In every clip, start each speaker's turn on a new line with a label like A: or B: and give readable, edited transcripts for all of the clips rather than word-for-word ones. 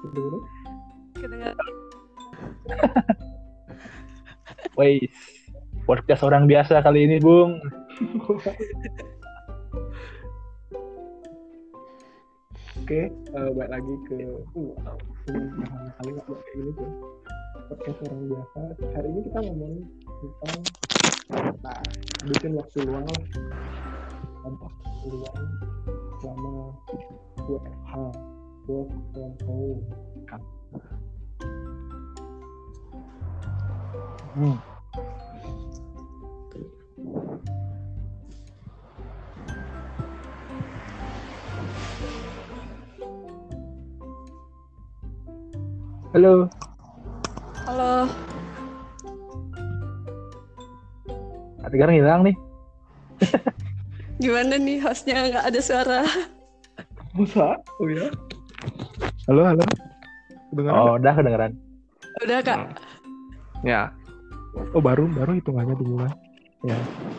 A: Kedengaran.
B: Wais, podcast orang biasa kali ini, Bung.
C: Oke, balik lagi ke kali nggak buat kayak gini tuh. Podcast orang biasa. Hari ini kita ngomongin tentang bikin waktu luang lah. Waktu luang selama WFH, work from home. Kan.
B: Halo.
A: Halo.
B: Tegar hilang nih.
A: Gimana nih hostnya nggak ada suara?
C: Masa? Oh ya? Halo. Kedengaran?
B: Oh, udah kedengeran.
A: Udah Kak.
C: Ya. Oh baru hitungannya dimulai. Ya.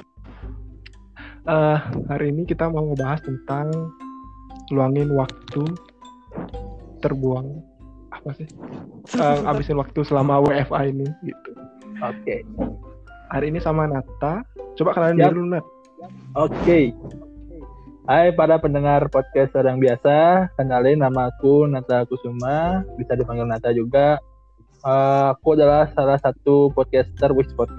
C: Hari ini kita mau ngebahas tentang luangin waktu terbuang apa sih? Habisin waktu selama WFA ini gitu.
B: Oke.
C: Hari ini sama Nata. Coba kenalin
B: Siap.
C: diri dulu, Nat.
B: Oke. Hai para pendengar podcast orang biasa, kenalin nama aku Nata Kusuma, bisa dipanggil Nata juga. Aku adalah salah satu podcaster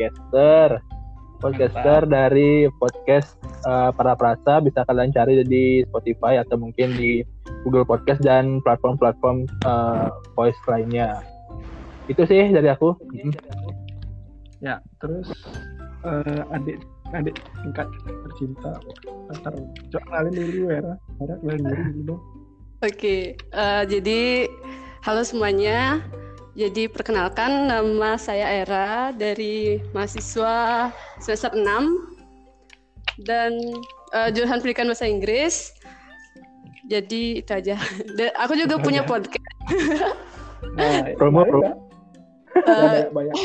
B: dari podcast Para Prasa. Bisa kalian cari di Spotify atau mungkin di Google Podcast dan platform-platform voice lainnya. Itu sih dari aku.
C: Ya, terus adik tingkat tercinta. Ntar coba kenalin dulu ya, kenalin diri dulu dong.
A: Oke. Jadi halo semuanya. Jadi perkenalkan, nama saya Era dari mahasiswa semester 6 dan jurusan pendidikan bahasa Inggris. Jadi itu aja. Dan aku juga punya podcast.
C: Nah,
B: Promo.
C: banyak.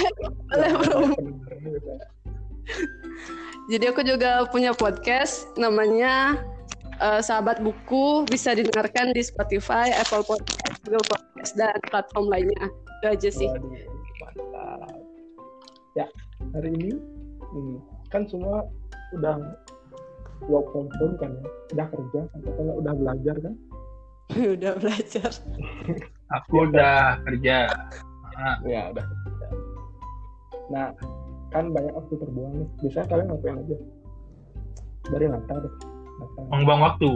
A: Jadi aku juga punya podcast namanya Sahabat Buku, bisa didengarkan di Spotify, Apple Podcast, Google Podcast dan platform lainnya. Itu aja sih.
C: Waduh, mantap. Ya, hari ini kan semua udah work from home kan ya, udah kerja atau udah belajar kan?
A: Udah belajar.
B: Aku udah kerja.
C: Ya udah kerja. Nah, kan banyak waktu terbuang nih. Biasanya kalian ngapain aja? Dari Nata deh.
B: Buang waktu.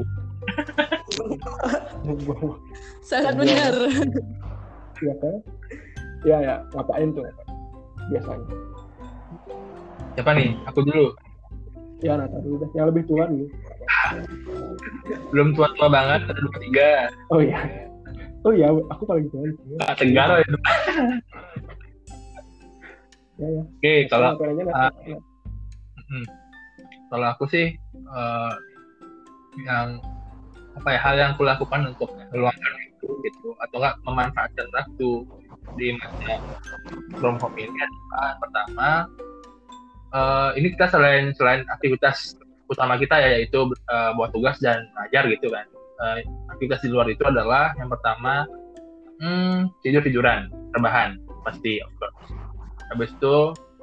A: Sangat benar.
C: Iya kan? Ya, ngapain tuh? Biasanya.
B: Siapa nih? Aku dulu.
C: Ya Nata dulu deh. Yang lebih tua dulu.
B: Belum tua-tua banget, 23.
C: Oh iya, aku paling tua.
B: Tegar itu.
C: Ya.
B: Oke, kalau
C: ngapain aja Nata?
B: kalau aku sih yang hal yang kulakukan untuk meluangkan waktu gitu atau enggak memanfaatkan waktu di masa from home ini adalah pertama ini kita selain aktivitas utama kita ya, yaitu buat tugas dan belajar gitu kan, aktivitas di luar itu adalah yang pertama tiduran rebahan pasti, of course. Habis itu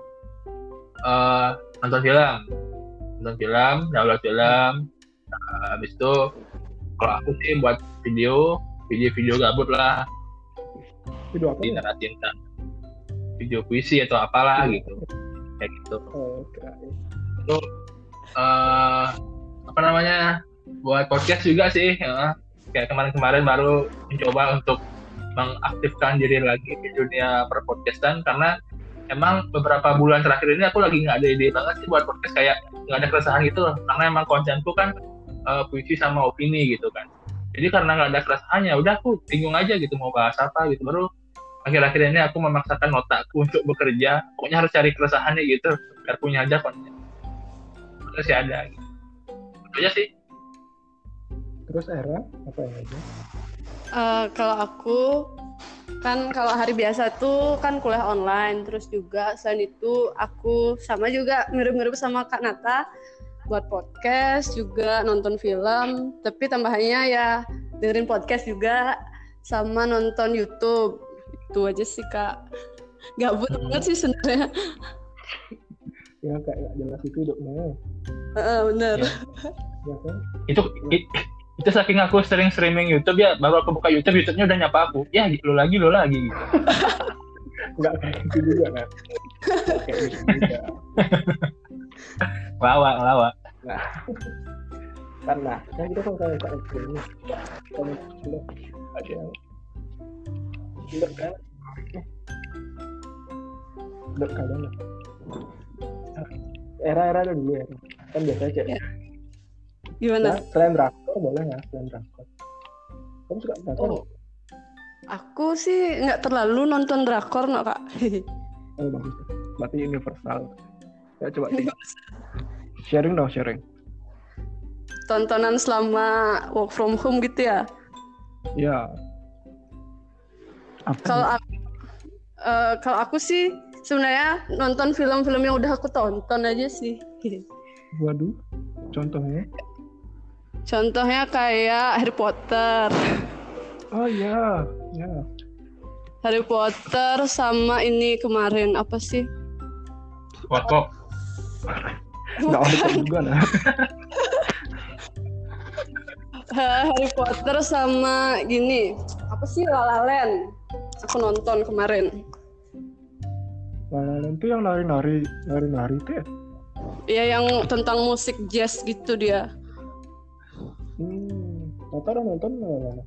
B: nonton film, download film. Habis itu kalau aku sih buat video gabut lah,
C: Video apa?
B: cinta, video puisi atau apalah gitu, kayak gitu.
C: Keren.
B: Itu buat podcast juga sih ya. Kayak kemarin baru mencoba untuk mengaktifkan diri lagi di dunia perpodcastan, karena emang beberapa bulan terakhir ini aku lagi nggak ada ide banget sih buat podcast, kayak nggak ada keresahan gitu loh, karena emang kontenku kan puisi sama opini gitu kan. Jadi karena nggak ada keresahannya, udah aku bingung aja gitu mau bahas apa gitu. Baru akhir-akhir ini aku memaksakan otakku untuk bekerja, pokoknya harus cari keresahannya gitu biar punya aja konten. Terus ya ada gitu. Itu aja sih.
C: Terus Era apa yang aja?
A: Kalau aku kan kalau hari biasa tuh kan kuliah online, terus juga selain itu aku sama juga mirip-mirip sama Kak Nata, buat podcast juga, nonton film, tapi tambahannya ya dengerin podcast juga sama nonton YouTube. Itu aja sih Kak. Gabut banget sih sebenarnya.
C: Ya kayak nggak jelas itu hidupnya.
A: Bener.
C: Ya kan?
B: Itu saking aku sering streaming YouTube ya, baru aku buka YouTube-nya udah nyapa aku. Ya, lo lagi gitu.
C: Nggak kayak gitu juga kan? Nggak kayak gitu juga.
B: Lawak.
C: Nah, karena kan kita sama-sama Kak ini. Kalau sudah ada yang belum kan? Belum kadang lah. Era dulu ya. Kan biasanya kayak.
A: Gimana?
C: Nah, selain drakor boleh nggak? Selain drakor. Kamu suka drakor?
A: Oh, aku sih nggak terlalu nonton drakor, no Kak.
C: Oh bagus. Berarti universal. Ya coba sharing dong, sharing.
A: Tontonan selama work from home gitu ya?
C: Ya.
A: Kalau aku sih sebenarnya nonton film-film yang udah aku tonton aja sih.
C: Waduh, contohnya?
A: Contohnya kayak Harry Potter.
C: Oh iya, ya.
A: Harry Potter sama ini kemarin apa sih?
B: Warkop.
C: Nggak ada juga nah.
A: Harry Potter sama gini apa sih La La Land. Aku nonton kemarin.
C: La La Land tuh yang nari-nari itu ya?
A: Iya yang tentang musik jazz gitu dia.
C: Tata udah nonton La La Land?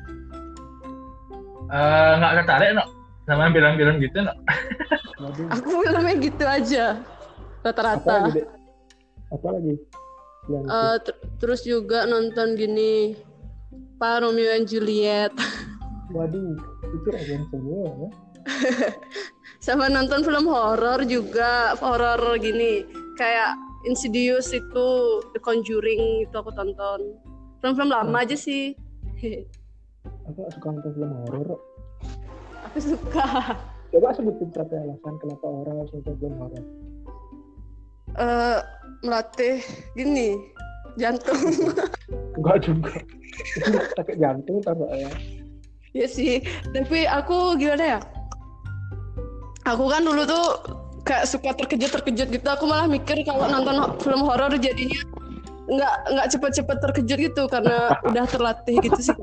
B: Nggak tertarik no sama film-film gitu no.
A: Aku filmnya gitu aja rata-rata.
C: Apa lagi?
A: Terus juga nonton gini Pak Romeo and Juliet.
C: Waduh, itu ragam semua ya.
A: Sama nonton film horor juga, horor gini kayak Insidious itu, The Conjuring itu aku tonton. Film-film lama aja sih.
C: Aku suka nonton film horor.
A: Aku suka.
C: Coba sebutin satu alasan kenapa orang harus nonton film horor.
A: Melatih gini jantung.
C: Enggak juga. Sakit jantung tambah ya.
A: Iya sih, tapi aku gimana ya? Aku kan dulu tuh kayak suka terkejut gitu. Aku malah mikir kalau nonton film horor jadinya nggak cepet-cepet terkejut gitu karena udah terlatih gitu sih.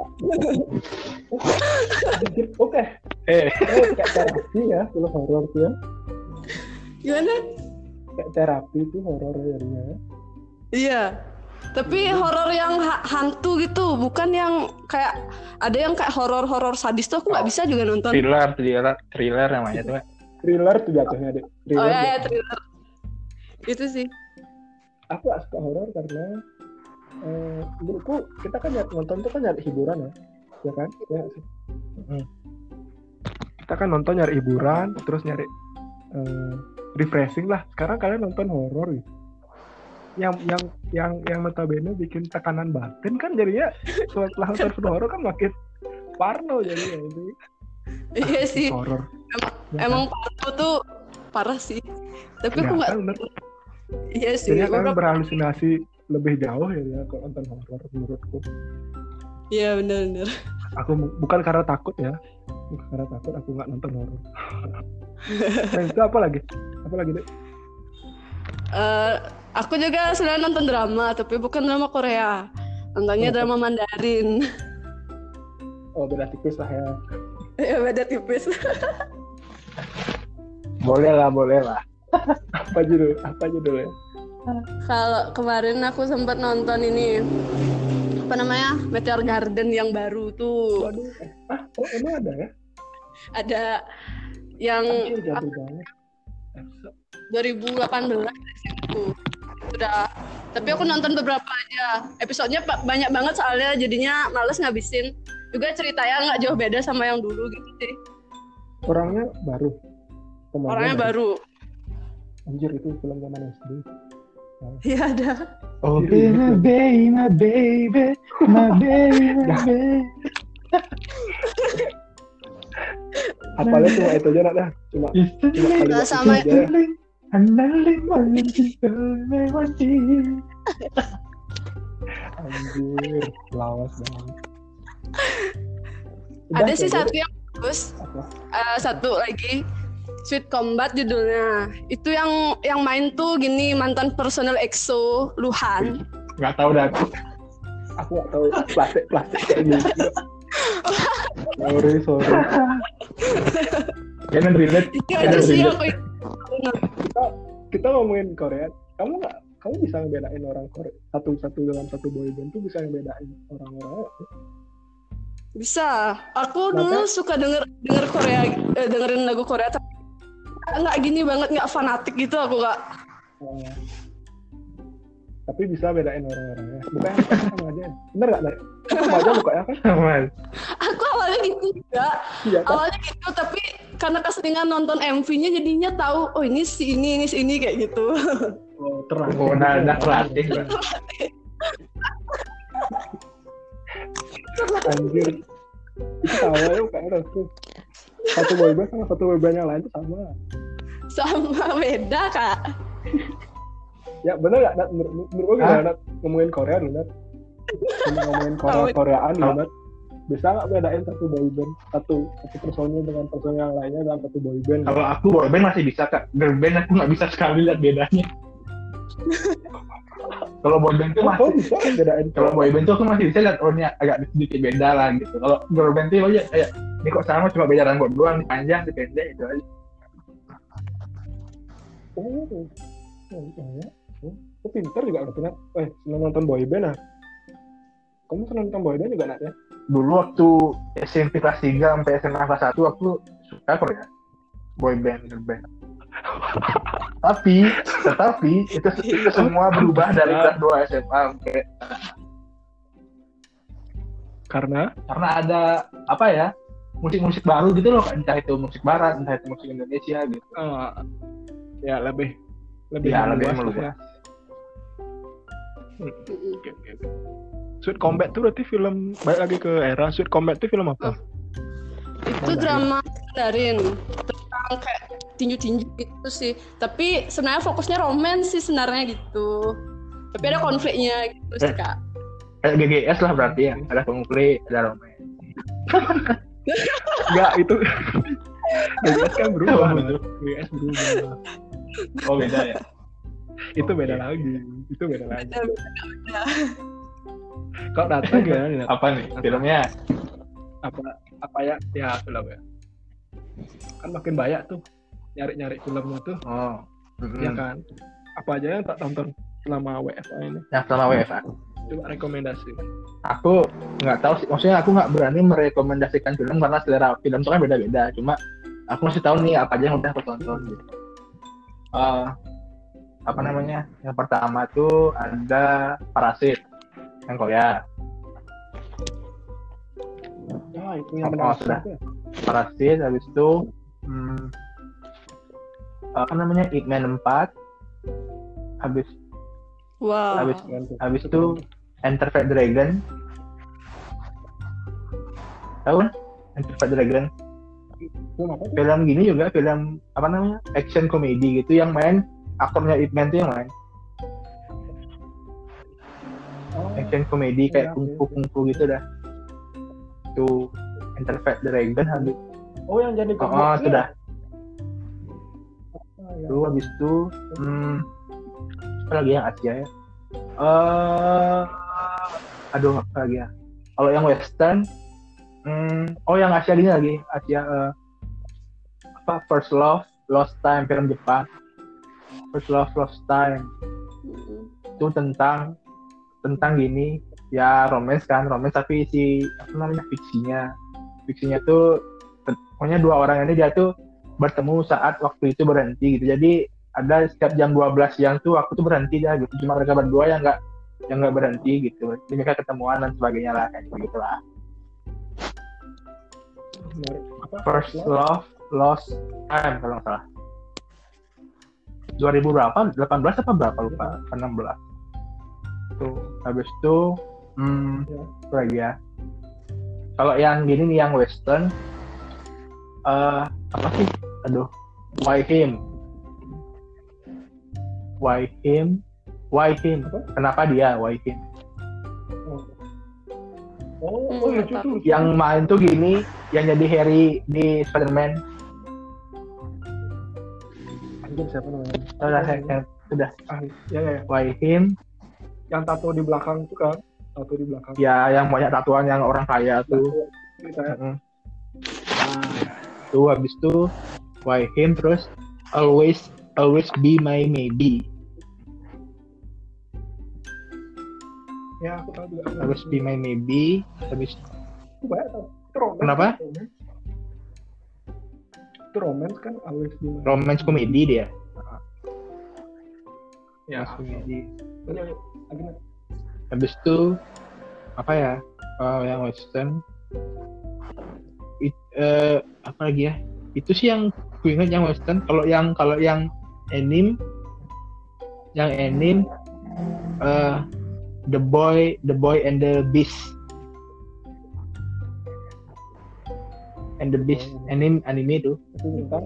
C: Oke. Kayak terapi ya film horor tuh ya.
A: Gimana?
C: Kayak terapi tuh horor jadinya.
A: Iya. Tapi horor yang hantu gitu, bukan yang kayak ada yang kayak horor sadis tuh aku nggak bisa juga nonton.
B: Thriller namanya tuh.
C: Thriller tuh jatuhnya deh.
A: Thriller. Itu sih.
C: Aku gak suka horor karena menurutku kita kan nonton tuh kan nyari hiburan ya kan? Ya sih. Kita kan nonton nyari hiburan, terus nyari refreshing lah. Sekarang kalian nonton horor gitu. Yang notabene bikin tekanan batin kan jadinya setelah nonton film horor kan makin parno jadinya itu.
A: Iya sih.
C: Horor.
A: Emang parno tuh parah sih. Tapi aku nggak.
C: Kan,
A: iya sih.
C: Jadi kan berhalusinasi lebih jauh ya kalau nonton horor menurutku.
A: Iya benar.
C: Aku bukan karena takut ya. Bukan karena takut aku nggak nonton horor. Nah itu apa lagi deh?
A: Aku juga selain nonton drama, tapi bukan drama Korea. Nontonnya drama Mandarin.
C: Oh beda tipis lah ya.
A: Ya beda tipis.
C: Boleh lah. Apa judulnya?
A: Kalau kemarin aku sempat nonton ini apa namanya Meteor Garden yang baru tuh.
C: Waduh. Emang ada ya?
A: Ada yang
C: jatuh banget.
A: 2018 itu udah. Tapi aku nonton beberapa aja. Episodenya banyak banget soalnya jadinya males ngabisin. Juga ceritanya nggak jauh beda sama yang dulu gitu sih.
C: Orangnya baru.
A: Orangnya baru.
C: Anjir itu film zaman SD.
A: Iya ada.
B: Oh baby, my baby.
C: Apalagi cuma itu aja dah. Cuma
A: sama
C: aja. Anjir, lawas banget.
A: Ada sih satu yang bagus.
C: Apa?
A: Satu lagi Sweet Combat judulnya. Itu yang main tuh gini, mantan personel EXO Luhan.
B: Nggak tahu dah.
C: Aku nggak tahu plastik kayak gitu. Sorry.
B: Jangan relate.
A: Itu aja sih aku
C: Kita ngomongin Korea. Kamu bisa ngebedain orang Korea satu dalam satu boyband tuh bisa ngebedain orang-orang.
A: bisa. Aku dulu suka denger Korea, dengerin lagu Korea, tapi nggak gini banget, nggak fanatik gitu aku Kak.
C: Tapi bisa bedain orang-orangnya. Bukan sama aja. Bener nggak, Nay? Sama aja mukanya kan?
A: Aku awalnya gitu juga.
C: Iya kan?
A: Awalnya gitu, tapi karena keseringan nonton MV-nya jadinya tahu, oh ini si ini kayak gitu.
C: Oh, terang.
B: Oh, nah kreatif.
C: Anjir. Itu sama ya kayaknya tuh. Satu boyband sama satu boyband yang lain tuh sama.
A: Sama beda Kak.
C: Ya bener nggak, Nat? Menurut gue gimana, Nat? Ngomongin Korea dulu, Nat. Ngomongin Koreaan dulu, Nat. Bisa nggak bedain satu boyband, satu personil dengan personil yang lainnya dalam satu boyband?
B: Kalau aku boyband masih bisa Kak. Girl band aku nggak bisa sekali lihat bedanya. Kalau boyband tuh masih
C: bisa bedain.
B: Kalau boyband tuh aku masih bisa lihat ini agak sedikit beda lah gitu. Kalau girl band tuh aja kayak ini kok sama, cuma beda rambut doang, panjang, pendek itu aja.
C: Aku pintar juga ngerti, Nat. Senang nonton boyband ah. Kamu senang nonton boyband juga, Nat, ya?
B: Dulu waktu SMP kelas 3 sampai SMA kelas 1 aku suka Korea. Boyband, girl band. Tetapi itu semua berubah dari kelas 2 SMA sampai
C: karena
B: ada apa ya, musik-musik baru gitu loh, entah itu musik barat, entah itu musik Indonesia gitu.
C: Ya lebih meluas. Okay. Sweet Combat tuh berarti film, balik lagi ke era Sweet Combat tuh film apa?
A: Itu drama Mandarin tentang kayak tinju-tinju gitu sih. Tapi sebenarnya fokusnya romance sih sebenarnya gitu. Tapi ada konfliknya gitu sih Kak.
B: Kayak GGS lah berarti ya, ada konflik, ada romance.
C: Enggak, itu GGS kan berubah. GGS berubah.
B: Oh beda ya.
C: Itu beda lagi. Kok datang gimana?
B: Apa nih filmnya?
C: Apa ya film ya. Kan makin banyak tuh nyari filmnya tuh.
B: Oh.
C: Ya kan. Apa aja yang tak tonton selama WFA ini?
B: Yang selama WFA.
C: Coba rekomendasi.
B: Aku nggak tahu sih, maksudnya aku nggak berani merekomendasikan film karena selera film itu kan beda-beda. Cuma aku masih tahu nih apa aja yang udah aku tonton gitu. Apa namanya? Yang pertama tuh ada Parasit yang Korea.
C: Itu yang
B: sudah. Parasit, habis itu apa namanya, Ip Man 4, habis itu Enter the Dragon. Tahu kan? Enter the Dragon. Film gini juga, film apa namanya, action komedi gitu, yang main aktornya Ip Man tuh yang main. Action komedi kayak kungfu gitu dah. Itu Enter the Dragon habis.
C: Oh yang jadi
B: sudah. Itu habis itu apa lagi yang Asia ya? Aduh apa lagi ya? Kalau yang Western, yang Asia gini lagi, Asia apa, First Love, Lost Time, film Jepang. First Love, Lost Time. Itu tentang gini, ya romance tapi apa namanya, fiksinya tuh pokoknya dua orang ini dia tuh bertemu saat waktu itu berhenti gitu. Jadi ada setiap jam 12 siang tuh waktu tuh berhenti ya gitu. Cuma mereka berdua yang nggak berhenti gitu. Jadi mereka ketemuan dan sebagainya lah kayak gitu lah. First Love, Lost Time kalau nggak salah. 2000 berapa? 18 apa berapa lupa? 16. Tuh habis itu apa lagi ya? Kalau yang gini nih, yang Western, apa sih? Aduh, Why Him? Kenapa dia? Why Him?
C: lucu
A: nggak
C: tuh.
A: tahu.
B: Yang main tuh gini, yang jadi Harry di Spider-Man.
C: Anjir siapa namanya?
B: Sudah.
C: Ya.
B: Why him?
C: Yang tato di belakang tuh kan? Tato di belakang.
B: Ya, yang banyak tatuan yang orang kaya tuh.
C: Kita
B: Tuh habis itu why him, terus always be my maybe.
C: Ya aku tahu juga.
B: Always be my maybe. Habis
C: Banyak tau. Itu romance.
B: Kenapa?
C: Itu romance kan always di
B: romance komedi dia.
C: Ya.
B: Romance komedi.
C: Ayo. Agak
B: Habis itu apa ya? Yang western. Apa lagi ya? Itu sih yang gue ingat yang western. Kalau yang anime, The Boy and the Beast. And the Beast anime itu.
C: itu tentang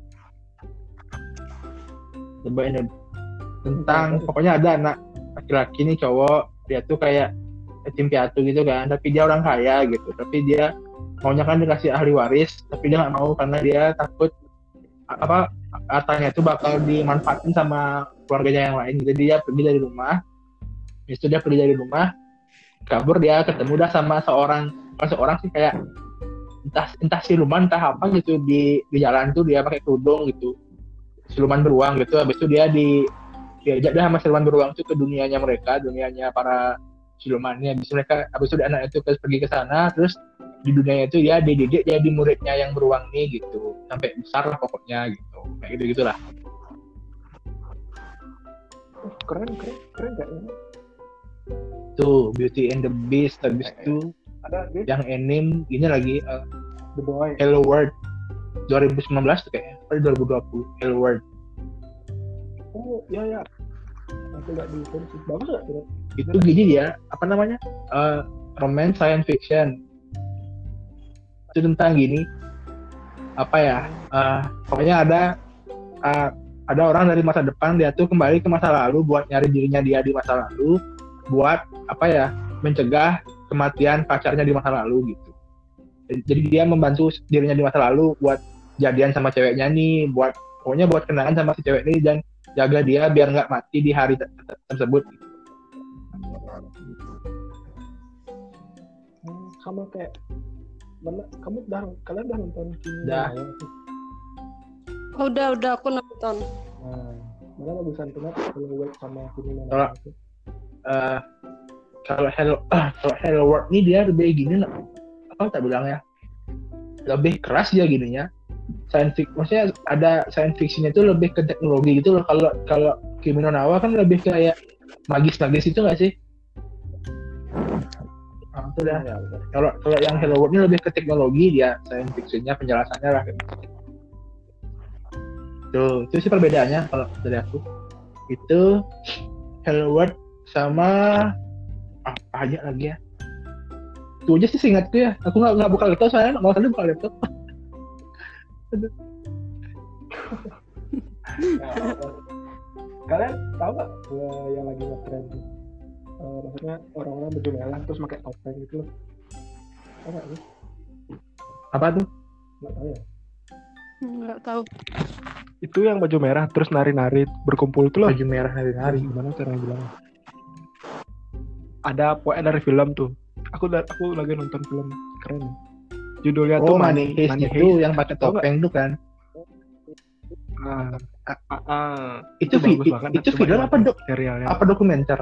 B: The Boy and the tentang pokoknya ada anak laki-laki nih cowok, dia tuh kayak yatim piatu gitu kan, tapi dia orang kaya gitu, tapi dia maunya kan dikasih ahli waris, tapi dia nggak mau karena dia takut hartanya itu bakal dimanfaatin sama keluarganya yang lain. Jadi dia pergi dari rumah. Itu dia pergi dari rumah, kabur, dia ketemu dah sama seorang sih kayak entah siluman entah apa gitu di jalan tuh, dia pakai kerudung gitu, siluman beruang gitu. Habis itu dia diajak dah sama siluman beruang itu ke dunianya para silumannya. Habis itu anak itu pergi ke sana, terus di dunianya itu dia dididik jadi muridnya yang beruang nih gitu, sampai besar lah pokoknya gitu, kayak gitulah.
C: keren kayaknya.
B: Tuh Beauty and the Beast. Habis itu
C: Ada
B: yang anime ini lagi
C: The Boy.
B: Hello World 2019 tuh kayaknya, atau 2020. Hello World
C: Oh ya. Aku nggak dihitung sih. Bagus nggak tuh?
B: itu gini dia, apa namanya, romance science fiction. Itu tentang gini, apa ya, pokoknya ada orang dari masa depan, dia tuh kembali ke masa lalu buat nyari dirinya dia di masa lalu, buat apa ya, mencegah kematian pacarnya di masa lalu gitu. Jadi dia membantu dirinya di masa lalu buat jadian sama ceweknya nih, pokoknya buat kenangan sama si cewek ini dan jaga dia biar nggak mati di hari tersebut.
C: Sama kayak kalian udah nonton film?
A: Udah aku nonton.
C: Nah, mana bagusan banget kalau web sama film itu.
B: Kalau Hello World ini dia lebih gini, apa tak bilang ya, lebih keras dia gininya. Maksudnya ada science fiction itu lebih ke teknologi gitu loh. Kalau Kimi no Na wa kan lebih kayak magis itu nggak sih? Itu dah. Ya, kalau yang Hello World ini lebih ke teknologi, dia science fictionnya, penjelasannya lah. Tuh, itu sih perbedaannya kalau dari aku. Itu Hello World sama apa aja lagi ya? Itu aja sih seingatku ya. Aku nggak buka laptop soalnya mau buka laptop.
C: Kalian tahu nggak yang lagi ngetrend? Maksudnya orang-orang baju merah terus pakai topeng gitu loh. Tahu nggak sih?
B: Apa tuh?
C: Nggak tahu ya.
A: Nggak tahu.
C: Itu yang baju merah terus nari-nari berkumpul itu loh.
B: Baju merah nari-nari.
C: Gimana cara bilang? Ada pokoknya dari film tuh. Aku lagi nonton film keren. Judulnya tuh
B: Money Heist itu yang pakai topeng tuh kan. Itu film apa
C: serialnya?
B: Apa dokumenter?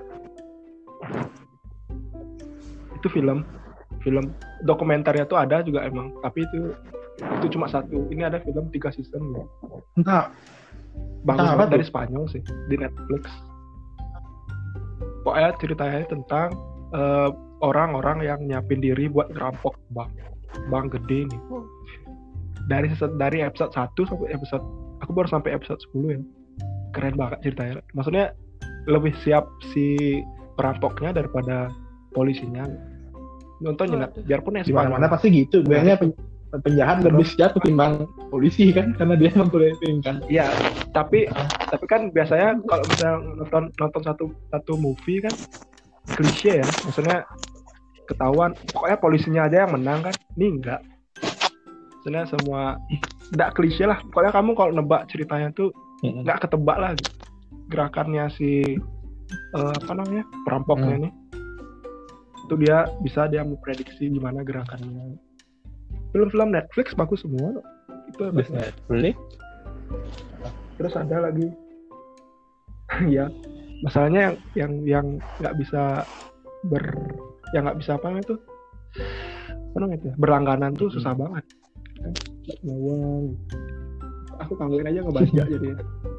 C: Itu film dokumenternya tuh ada juga emang, tapi itu cuma satu. Ini ada film 3 season ya.
B: Entah.
C: Bagus banget, dari Spanyol sih, di Netflix. Pokoknya ceritanya tentang orang-orang yang nyiapin diri buat ngerampok bank gede nih. Dari episode 1 sampai episode, aku baru sampai episode 10 ya. Keren banget ceritanya. Maksudnya lebih siap si perampoknya daripada polisinya. Nonton biarpun yang
B: mana pasti gitu. Biasanya penjahat lebih siap ketimbang polisi kan, karena dia mempolisikan kan.
C: Iya, tapi kan biasanya kalau misalnya nonton satu movie kan klise ya. Maksudnya ketahuan pokoknya polisinya aja yang menang kan, ini enggak. Sebenarnya semua enggak klise lah, pokoknya kamu kalau nebak ceritanya tuh enggak ketebak lah gerakannya si perampoknya nih, itu dia bisa memprediksi gimana gerakannya. Film-film Netflix bagus semua loh. Itu
B: Netflix.
C: Terus ada lagi ya masalahnya yang nggak bisa yang nggak bisa apa itu berlangganan tuh susah banget kan, uang aku kangen aja ngebaca jadi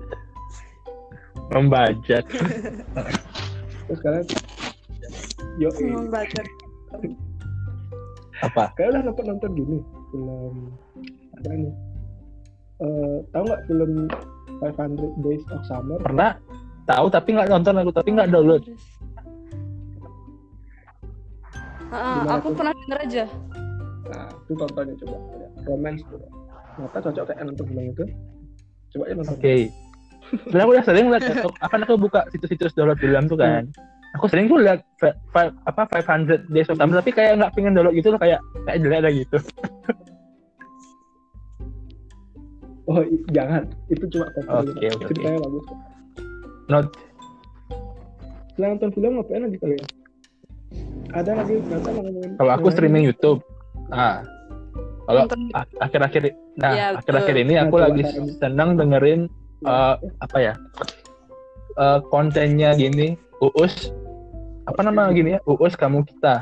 B: membajak.
C: terus kalian
A: Membaca.
B: Apa?
C: kalian udah nonton gini film ada nih tahu nggak film 500 Days of Summer?
B: Pernah tahu tapi nggak nonton aku, tapi nggak download.
A: Aku pernah denger aja.
C: Nah itu tontonnya coba, romance tuh ternyata cocok kayak nonton film itu, coba aja nonton.
B: Oke. Sebenarnya aku udah sering lihat, aku buka situs-situs download film tuh kan. Aku sering tuh lihat 500 Days of Summer, tapi kayak nggak pengen download gitu loh, kayak jelek ada gitu.
C: Oh jangan, itu cuma cover.
B: Oke.
C: Ceritanya bagus kok.
B: Not.
C: Selain nonton film ngapain lagi kalian? Ada lagi nggak ngomongin?
B: Kalau aku streaming YouTube. Kalau
A: Nonton.
B: akhir-akhir
A: Ya,
B: ini aku
C: Nah,
B: lagi
C: coba
B: senang dengerin kontennya gini, Uus. Apa nama gini ya? Uus Kamu Kita.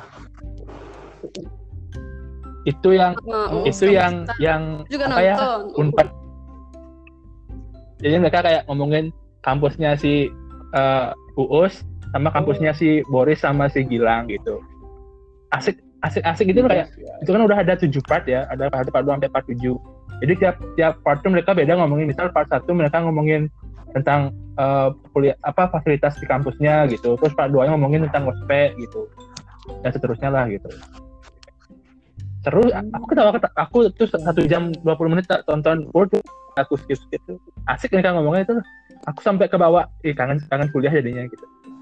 B: Itu yang
A: juga
B: apa ya?
A: nonton.
B: Unpad. Jadi mereka kayak ngomongin kampusnya si Uus sama kampusnya si Boris sama si Gilang gitu. Asik gitu loh, kayak itu kan udah ada 7 part ya, ada part 2 sampai part 7. Jadi tiap part tuh mereka beda ngomongin. Misal part 1 mereka ngomongin tentang kuliah fasilitas di kampusnya gitu. Terus part 2-nya ngomongin tentang ospek gitu. Dan seterusnya lah gitu. Seru, aku ketawa, aku tuh 1 jam 20 menit tak tonton full tuh, aku skip gitu. Asik mereka ngomongnya itu. Aku sampai ke bawah, kangen kuliah jadinya gitu.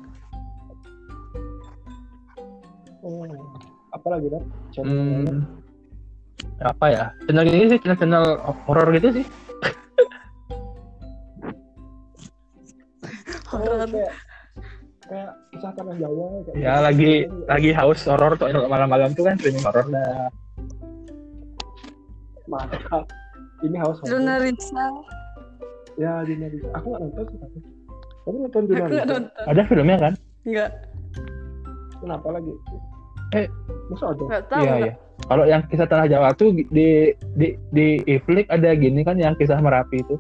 C: Apa lagi kan?
B: Apa ya? Channel ini sih channel horor gitu sih.
A: Horor.
C: Kayak kisah tanah Jawa kayak
B: ya lagi haus horor tuh malam-malam tuh kan streaming horor dah.
C: Mantap. Ini haus horor.
A: Juna Risa.
C: Ya Juna Risa. Aku nggak nonton sih tapi. Kamu nonton Juna
A: Aku
C: Risa?
A: nggak nonton.
B: Ada filmnya kan?
A: Enggak.
C: Kenapa lagi? Masa ada?
A: Nggak tahu.
B: Iya. Kalau yang kisah tanah Jawa tuh di Iflik ada gini kan, yang kisah Merapi itu.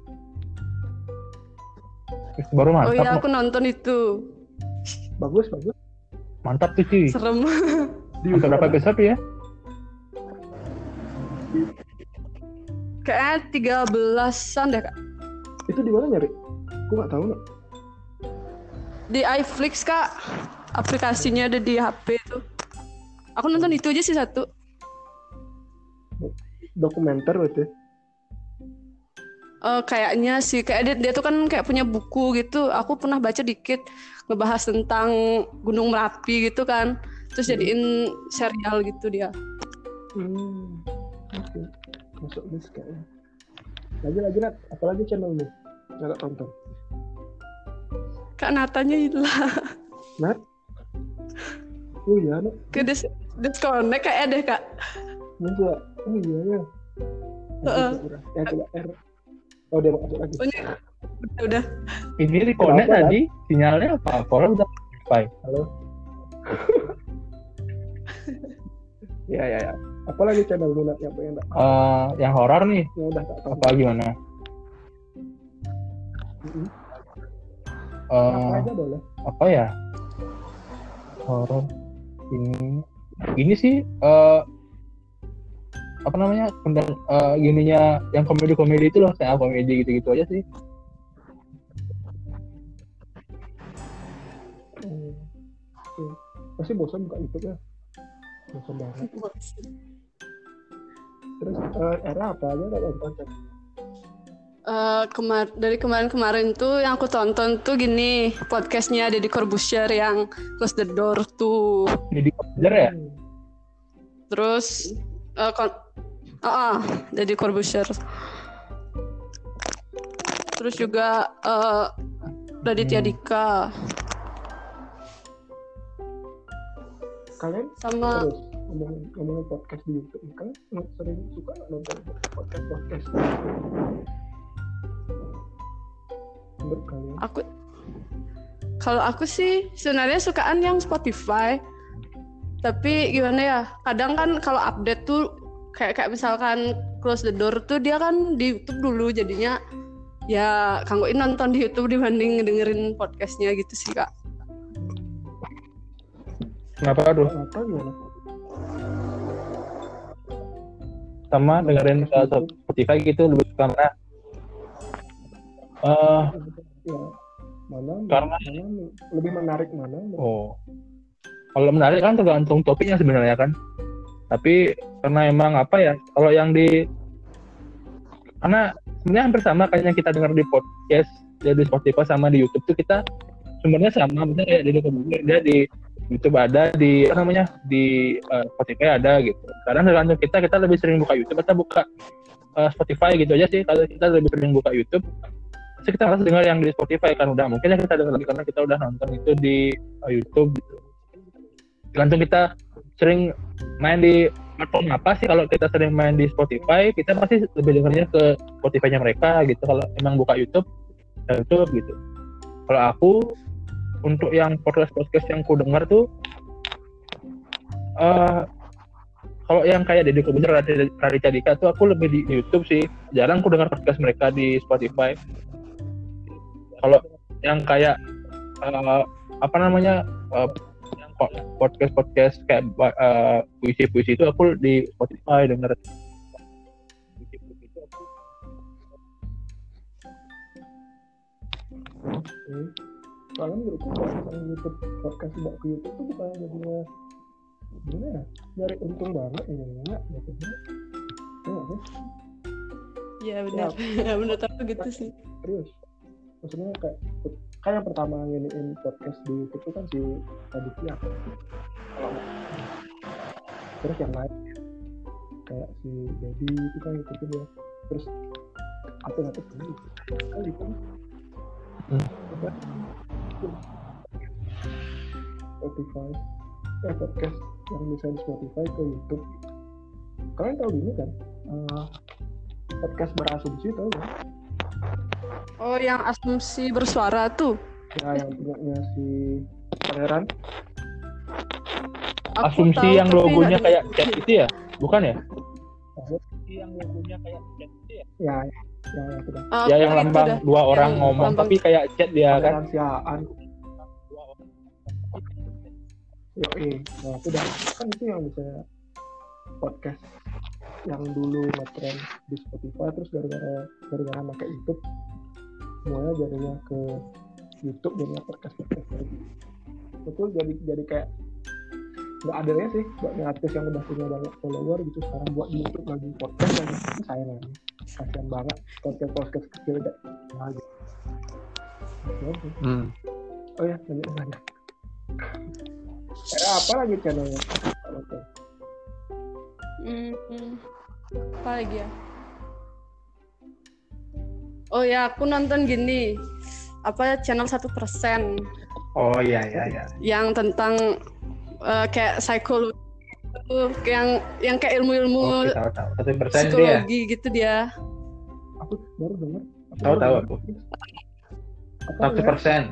B: Baru mantap.
A: Oh iya, aku nonton itu.
C: Bagus.
B: Mantap tuh cuy.
A: Serem.
B: Sampai berapa episode ya?
A: Kayaknya 13-an deh, Kak.
C: Itu di mana nyari? Aku nggak tahu loh.
A: Di iFlix, Kak. Aplikasinya ada di HP tuh. Aku nonton itu aja sih satu.
C: Dokumenter berarti.
A: Kayaknya sih, kayak dia tuh kan kayak punya buku gitu. Aku pernah baca dikit ngebahas tentang Gunung Merapi gitu kan. Terus jadiin serial gitu dia.
C: Oke. Masuk list kayaknya. Lagi Nat, apalagi channelmu? Nggak tonton.
A: Kak Natanya hilang.
C: Nat? Oh iya Nat.
A: Ke disconnect kayak deh, Kak.
C: Masa? Oh iya ya. Coba R. Oh dia masuk lagi.
A: Udah.
B: Ini reconnect tadi, sinyalnya apa? Kalau udah wifi.
C: Halo. Ya. Apalagi channel lu yang pengen tak?
B: Yang horor nih.
C: Yang udah tak tahu.
B: Apa gimana?
C: Apa aja boleh.
B: Apa ya? Horor ini sih apa namanya, gininya yang komedi itu loh, saya komedi gitu aja sih.
C: Pasti bosan buka YouTube ya. Bosan banget. Terus era apa aja nggak nonton?
A: Dari kemarin-kemarin tuh yang aku tonton tuh gini, podcastnya Deddy Corbuzier yang Close the Door tuh.
B: Jadi Corbuzier ya?
A: Terus Deddy Corbuzier. Terus juga Raditya Dika.
C: Kalian
A: sama
C: terus ngomongin podcast di YouTube, kan sering suka nonton podcast menurut kalian?
A: Kalau aku sih sebenarnya sukaan yang Spotify, tapi gimana ya, kadang kan kalau update tuh kayak misalkan Close the Door tuh dia kan di YouTube dulu, jadinya ya kanggoin nonton di YouTube dibanding dengerin podcastnya gitu sih Kak.
B: Kenapa tuh?
C: Gimana?
B: Sama dengerin Spotify gitu lebih karena
C: mana lebih menarik mana?
B: Kalau menarik kan tergantung topiknya sebenarnya kan. Tapi karena emang apa ya, kalau yang karena sebenarnya hampir sama kayak yang kita dengar di podcast, ya di Spotify sama di YouTube tuh kita sumbernya sama, misalnya kayak dia di YouTube ada, di Spotify ada gitu. Sekarang tergantung kita lebih sering buka YouTube atau buka Spotify gitu aja sih. Kalau kita lebih sering buka YouTube, pasti kita harus dengar yang di Spotify kan udah. Mungkin ya kita dengar lagi karena kita udah nonton itu di YouTube gitu. Tergantung kita sering main di platform apa sih. Kalau kita sering main di Spotify, kita pasti lebih dengarnya ke Spotify-nya mereka gitu. Kalau emang buka YouTube gitu. Kalau aku untuk yang podcast yang ku dengar tuh kalau yang kayak Deddy Corbuzier, Raditya Dika tuh aku lebih di YouTube sih. Jarang ku dengar podcast mereka di Spotify. Kalau yang kayak podcast kayak puisi itu aku di Spotify denger.
C: Soalnya menurutku kalau YouTube podcast ke YouTube tuh bukan jadinya gimana ya, nyari untung banget ya enggak gitu.
A: Ya benar. Ya benar aku gitu sih.
C: Serius. Maksudnya kayak yang pertama nginiin podcast di YouTube itu kan si Raditya. Terus yang lain kayak si Dedi itu kan ngikutin ya. Terus apa kali kan Spotify podcast yang bisa di Spotify ke YouTube. Kalian tahu ini kan podcast berasumsi, tahu kan?
A: Oh, yang asumsi bersuara tuh
C: ya, yang punyanya si Pangeran.
B: Asumsi tahu, yang logonya kayak chat itu ya, bukan ya? Asumsi yang logonya kayak chat itu ya? Ya yang lambang dua orang ngomong lambang. Tapi kayak chat dia kan.
C: Nah itu dah kan, itu yang bisa podcast yang dulu ngetrend di Spotify, terus gara-gara pakai YouTube semuanya jadinya ke YouTube, jadinya podcast lagi. Itu jadi kayak nggak adilnya sih buat artis yang udah punya banyak follower gitu, sekarang buat di YouTube lagi podcast lagi, sayang lagi, kasian banget podcast kecil kayak lagi. Oh ya, banyak. Apa lagi channelnya?
A: Apa lagi ya? Oh ya, aku nonton gini, channel 1%.
B: Oh iya.
A: Yang tentang kayak psikologi, yang kayak ilmu-ilmu psikologi dia. Gitu dia.
C: Aku baru dengar.
B: Tahu aku. 1%.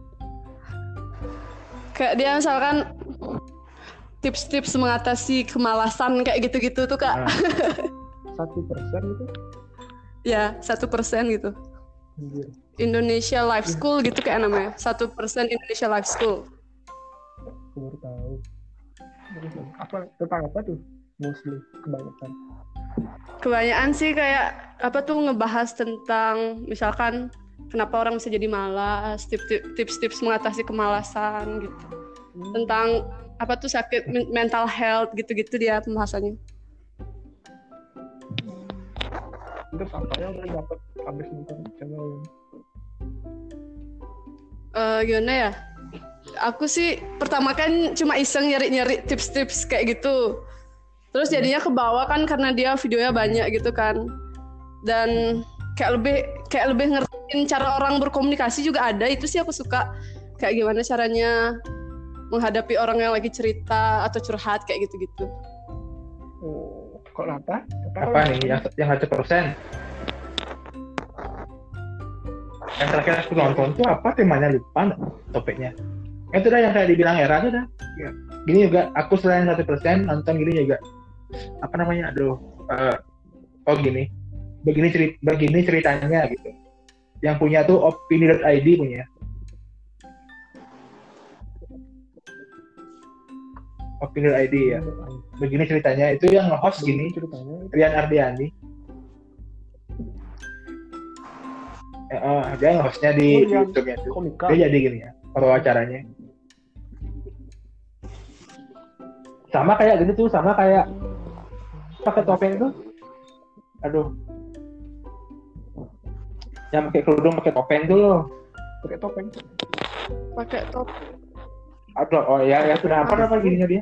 A: Kayak dia misalkan tips-tips mengatasi kemalasan kayak gitu-gitu tuh Kak.
C: 1% itu?
A: Ya, 1% gitu. Indonesia Life School gitu kayak namanya. 1% Indonesia Life School.
C: Aku baru tahu. Tentang apa tuh? Mostly
A: kebanyakan sih kayak ngebahas tentang misalkan kenapa orang bisa jadi malas, tips-tips mengatasi kemalasan gitu. Tentang sakit mental health gitu-gitu dia pembahasannya.
C: Terus apa yang udah dapat habis nonton channel
A: Gimana ya? Aku sih pertama kan cuma iseng nyari-nyari tips-tips kayak gitu. Terus jadinya kebawa kan karena dia videonya banyak gitu kan. Dan kayak lebih ngertiin cara orang berkomunikasi juga ada. Itu sih aku suka. Kayak gimana caranya menghadapi orang yang lagi cerita atau curhat kayak gitu-gitu.
C: Oh, kok Lata?
B: Apa nih yang 100%? Yang terakhir aku nonton tuh apa temanya, lupa topiknya. Itu dah yang kayak dibilang Era tuh dah. Ya. Gini juga aku selain 1% nonton gini juga. Apa namanya? Aduh. Gini. Begini ceritanya gitu. Yang punya tuh opini.id punya. Opini.id ya. Begini ceritanya, itu yang nge-host gini ceritanya. Rian Ardiani. Dia nge-hostnya di YouTube-nya tuh. Dia jadi gini ya, wawancaranya. Sama kayak gini tuh, sama kayak pakai topeng tuh. Aduh. Yang pakai kerudung pakai topeng tuh loh.
C: Pakai topeng.
B: Aduh, oh ya sudah apa gininya dia?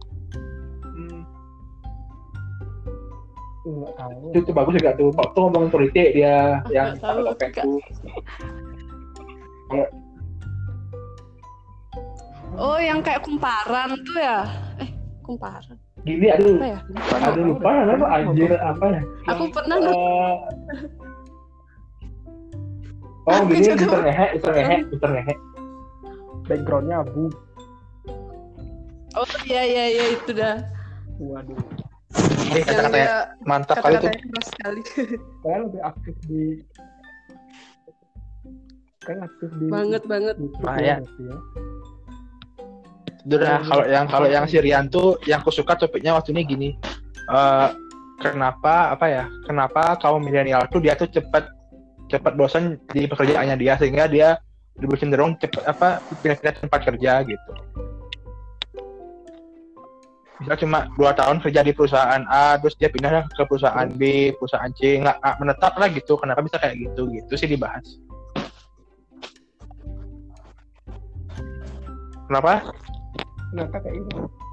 C: Nggak tahu.
B: Itu bagus juga tuh. Kok tuh ngomongin politik dia yang pakai topeng tuh.
A: Oh, yang kayak kumparan tuh ya? Kumparan.
B: Gini, aduh.
A: Apa ya?
B: Aduh lupa apa anjir apa ya?
A: Aku pernah
B: gini Mister Ngehe.
C: Backgroundnya abu.
A: Oh iya itu dah.
C: Waduh.
B: Ini kata-katanya mantap kali tuh.
C: Saya lebih aktif di
A: banget.
B: Bahaya. Udah kalau yang si Rian tuh yang aku suka topiknya waktu ini gini. Kenapa kaum milenial tuh dia tuh cepat bosan di pekerjaannya dia sehingga dia lebih cenderung pindah-pindah tempat kerja gitu. Misal cuma 2 tahun kerja di perusahaan A, terus dia pindah ke perusahaan B, perusahaan C, nggak menetap lah gitu. Kenapa bisa kayak gitu? Gitu sih dibahas. Kenapa kayak gitu?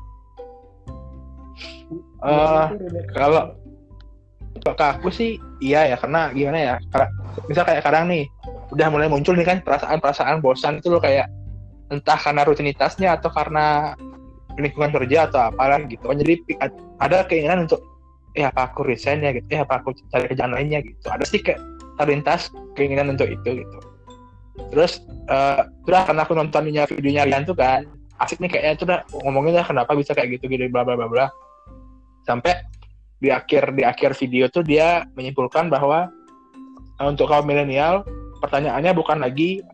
B: Kalau ke aku sih iya ya, karena gimana ya? Misal kayak sekarang nih, udah mulai muncul nih kan perasaan bosan itu loh, kayak entah karena rutinitasnya atau karena lingkungan kerja atau apalah gitu. Jadi ada keinginan untuk apa aku resign ya gitu, apa aku cari kerjaan lainnya gitu. Ada sih kayak terlintas keinginan untuk itu gitu. Terus karena aku nonton videonya Rian tuh kan asik nih kayaknya, itu udah ngomongin lah kenapa bisa kayak gitu bla bla bla bla. Sampai di akhir video tuh dia menyimpulkan bahwa untuk kaum milenial pertanyaannya bukan lagi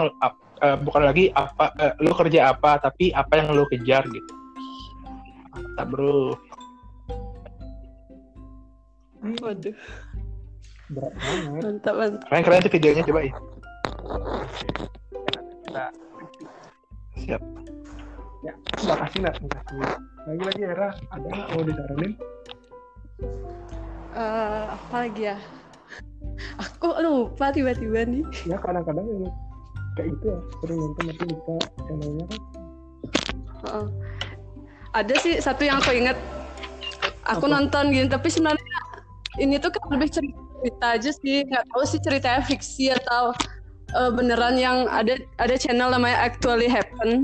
B: lu kerja apa, tapi apa yang lu kejar gitu. Mantap bro.
A: Waduh.
C: Berat banget.
A: Mantap.
B: Keren tuh videonya, coba ya. Siap.
C: Ya, makasih Nat. Lagi Era, ada nggak mau disaranin?
A: Apa lagi ya? Aku lupa tiba-tiba nih.
C: Ya kadang-kadang yang kayak gitu ya, sering nonton tapi lupa channelnya kan.
A: Ada sih satu yang aku ingat. Aku nonton gini, tapi sebenarnya ini tuh kan lebih cerita aja sih. Nggak tahu sih ceritanya fiksi atau beneran. Yang ada channel namanya Actually Happen.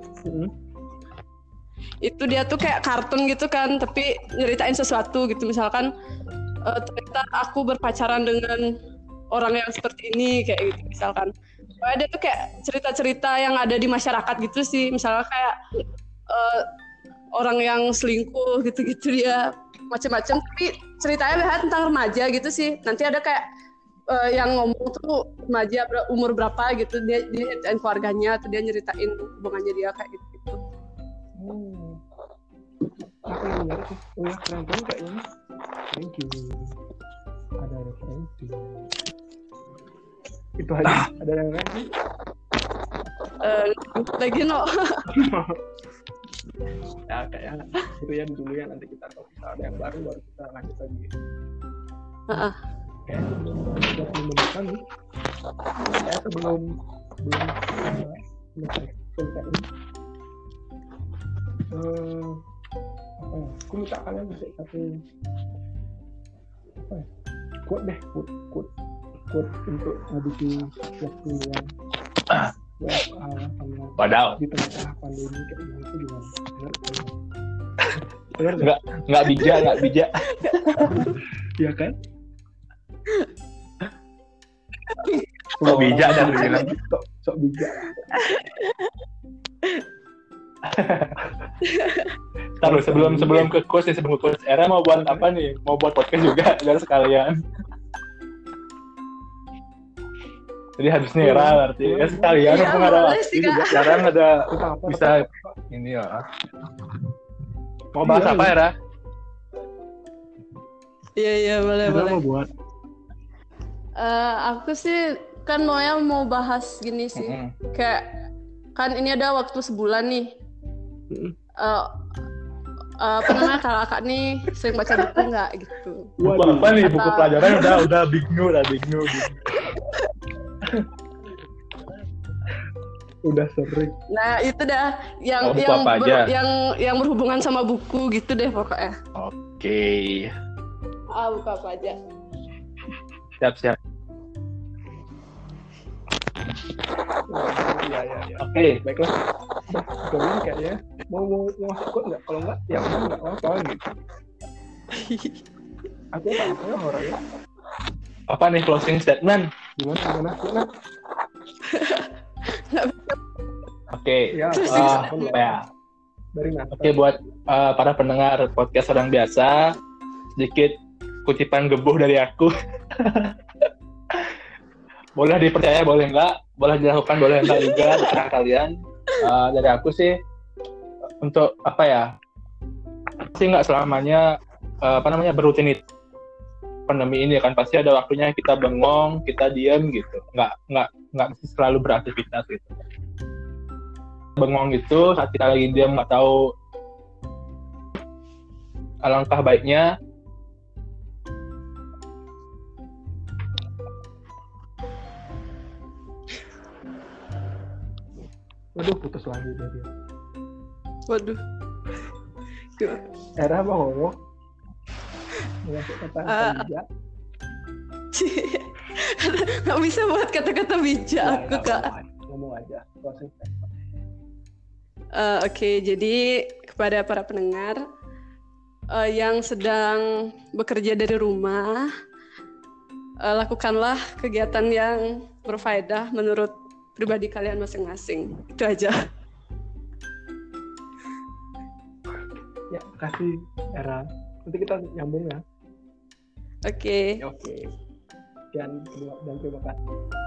A: Itu dia tuh kayak kartun gitu kan, tapi nyeritain sesuatu gitu. Misalkan ternyata aku berpacaran dengan orang yang seperti ini kayak gitu misalkan. Dia tuh kayak cerita-cerita yang ada di masyarakat gitu sih. Misalnya kayak orang yang selingkuh gitu-gitu, dia macam-macam, tapi ceritanya biasanya tentang remaja gitu sih. Nanti ada kayak yang ngomong tuh remaja umur berapa gitu, dia nyeritain keluarganya atau dia nyeritain hubungannya dia kayak gitu.
C: Aku lihat sih, keren kayaknya. Thank you. Ada referensi. Itu aja. Ada yang lain?
A: Lagi no.
C: Ya kayaknya itu ya dulu ya, nanti kita kalau ada yang baru kita lanjut lagi. kayak sebelum menemukan nih, kayak sebelum selesai ini, apa ya? Aku minta kalian kasih satu apa ya? Quote untuk ngabisin waktu yang
B: Padahal
C: di tengah-tengah pandemi kayak gini itu gimana?
B: nggak bijak.
C: Iya kan?
B: Nggak bijak dan bilang
C: sok bijak.
B: Taruh sebelum ke course nih, sebelum ke course Era mau buat apa nih? Mau buat podcast juga biar sekalian. Jadi habisnya Era berarti ya sekalian
A: Iya,
B: mumpung ada
A: boleh
B: waktu
A: sih,
B: juga.
A: Kak.
B: Sekarang ada
C: Apa?
B: bisa ini ya. Mau bahas apa Era?
A: Iya boleh.
C: Mau buat
A: Aku sih kan Noya mau bahas gini sih, kayak kan ini ada waktu sebulan nih. Apa namanya, kakak nih sering baca buku nggak gitu?
B: Buku apa nih? Buku pelajaran udah big new.
C: Udah sering.
A: Nah itu dah yang
B: buku apa aja?
A: yang berhubungan sama buku gitu deh pokoknya.
B: Oke.
A: Buku apa aja?
B: Siap.
C: Iya.
B: Oke.
C: Baiklah. Kemudian kayaknya mau masuk quote nggak? Kalau nggak, ya udah nggak apa-apa gitu. Aku tak apa ya orangnya.
B: Apa nih closing statement?
C: Gimana?
B: Oke.
C: Ya.
B: Apa ya?
C: Dari Nata.
B: Oke, buat para pendengar podcast orang biasa, sedikit kutipan gebuh dari aku. Boleh dipercaya, boleh enggak, boleh dilakukan, boleh enggak juga, terserah kalian. Dari aku sih, untuk apa ya, sih nggak selamanya berrutinitas pandemi ini kan, pasti ada waktunya kita bengong, kita diam gitu, nggak mesti selalu beraktivitas gitu. Bengong gitu saat kita lagi diam, nggak tahu alangkah baiknya
C: Waduh, putus lagi dia.
A: Waduh.
C: Era apa ngomong? Masuk kata bijak.
A: Nggak bisa buat kata-kata bijak aku, Kak.
C: Ngomong aja.
A: Oke, jadi kepada para pendengar yang sedang bekerja dari rumah, lakukanlah kegiatan yang berfaedah menurut pribadi kalian masing-masing. Itu aja.
C: Ya, kasih Era. Nanti kita nyambung ya.
A: Oke.
C: Dan terima kasih.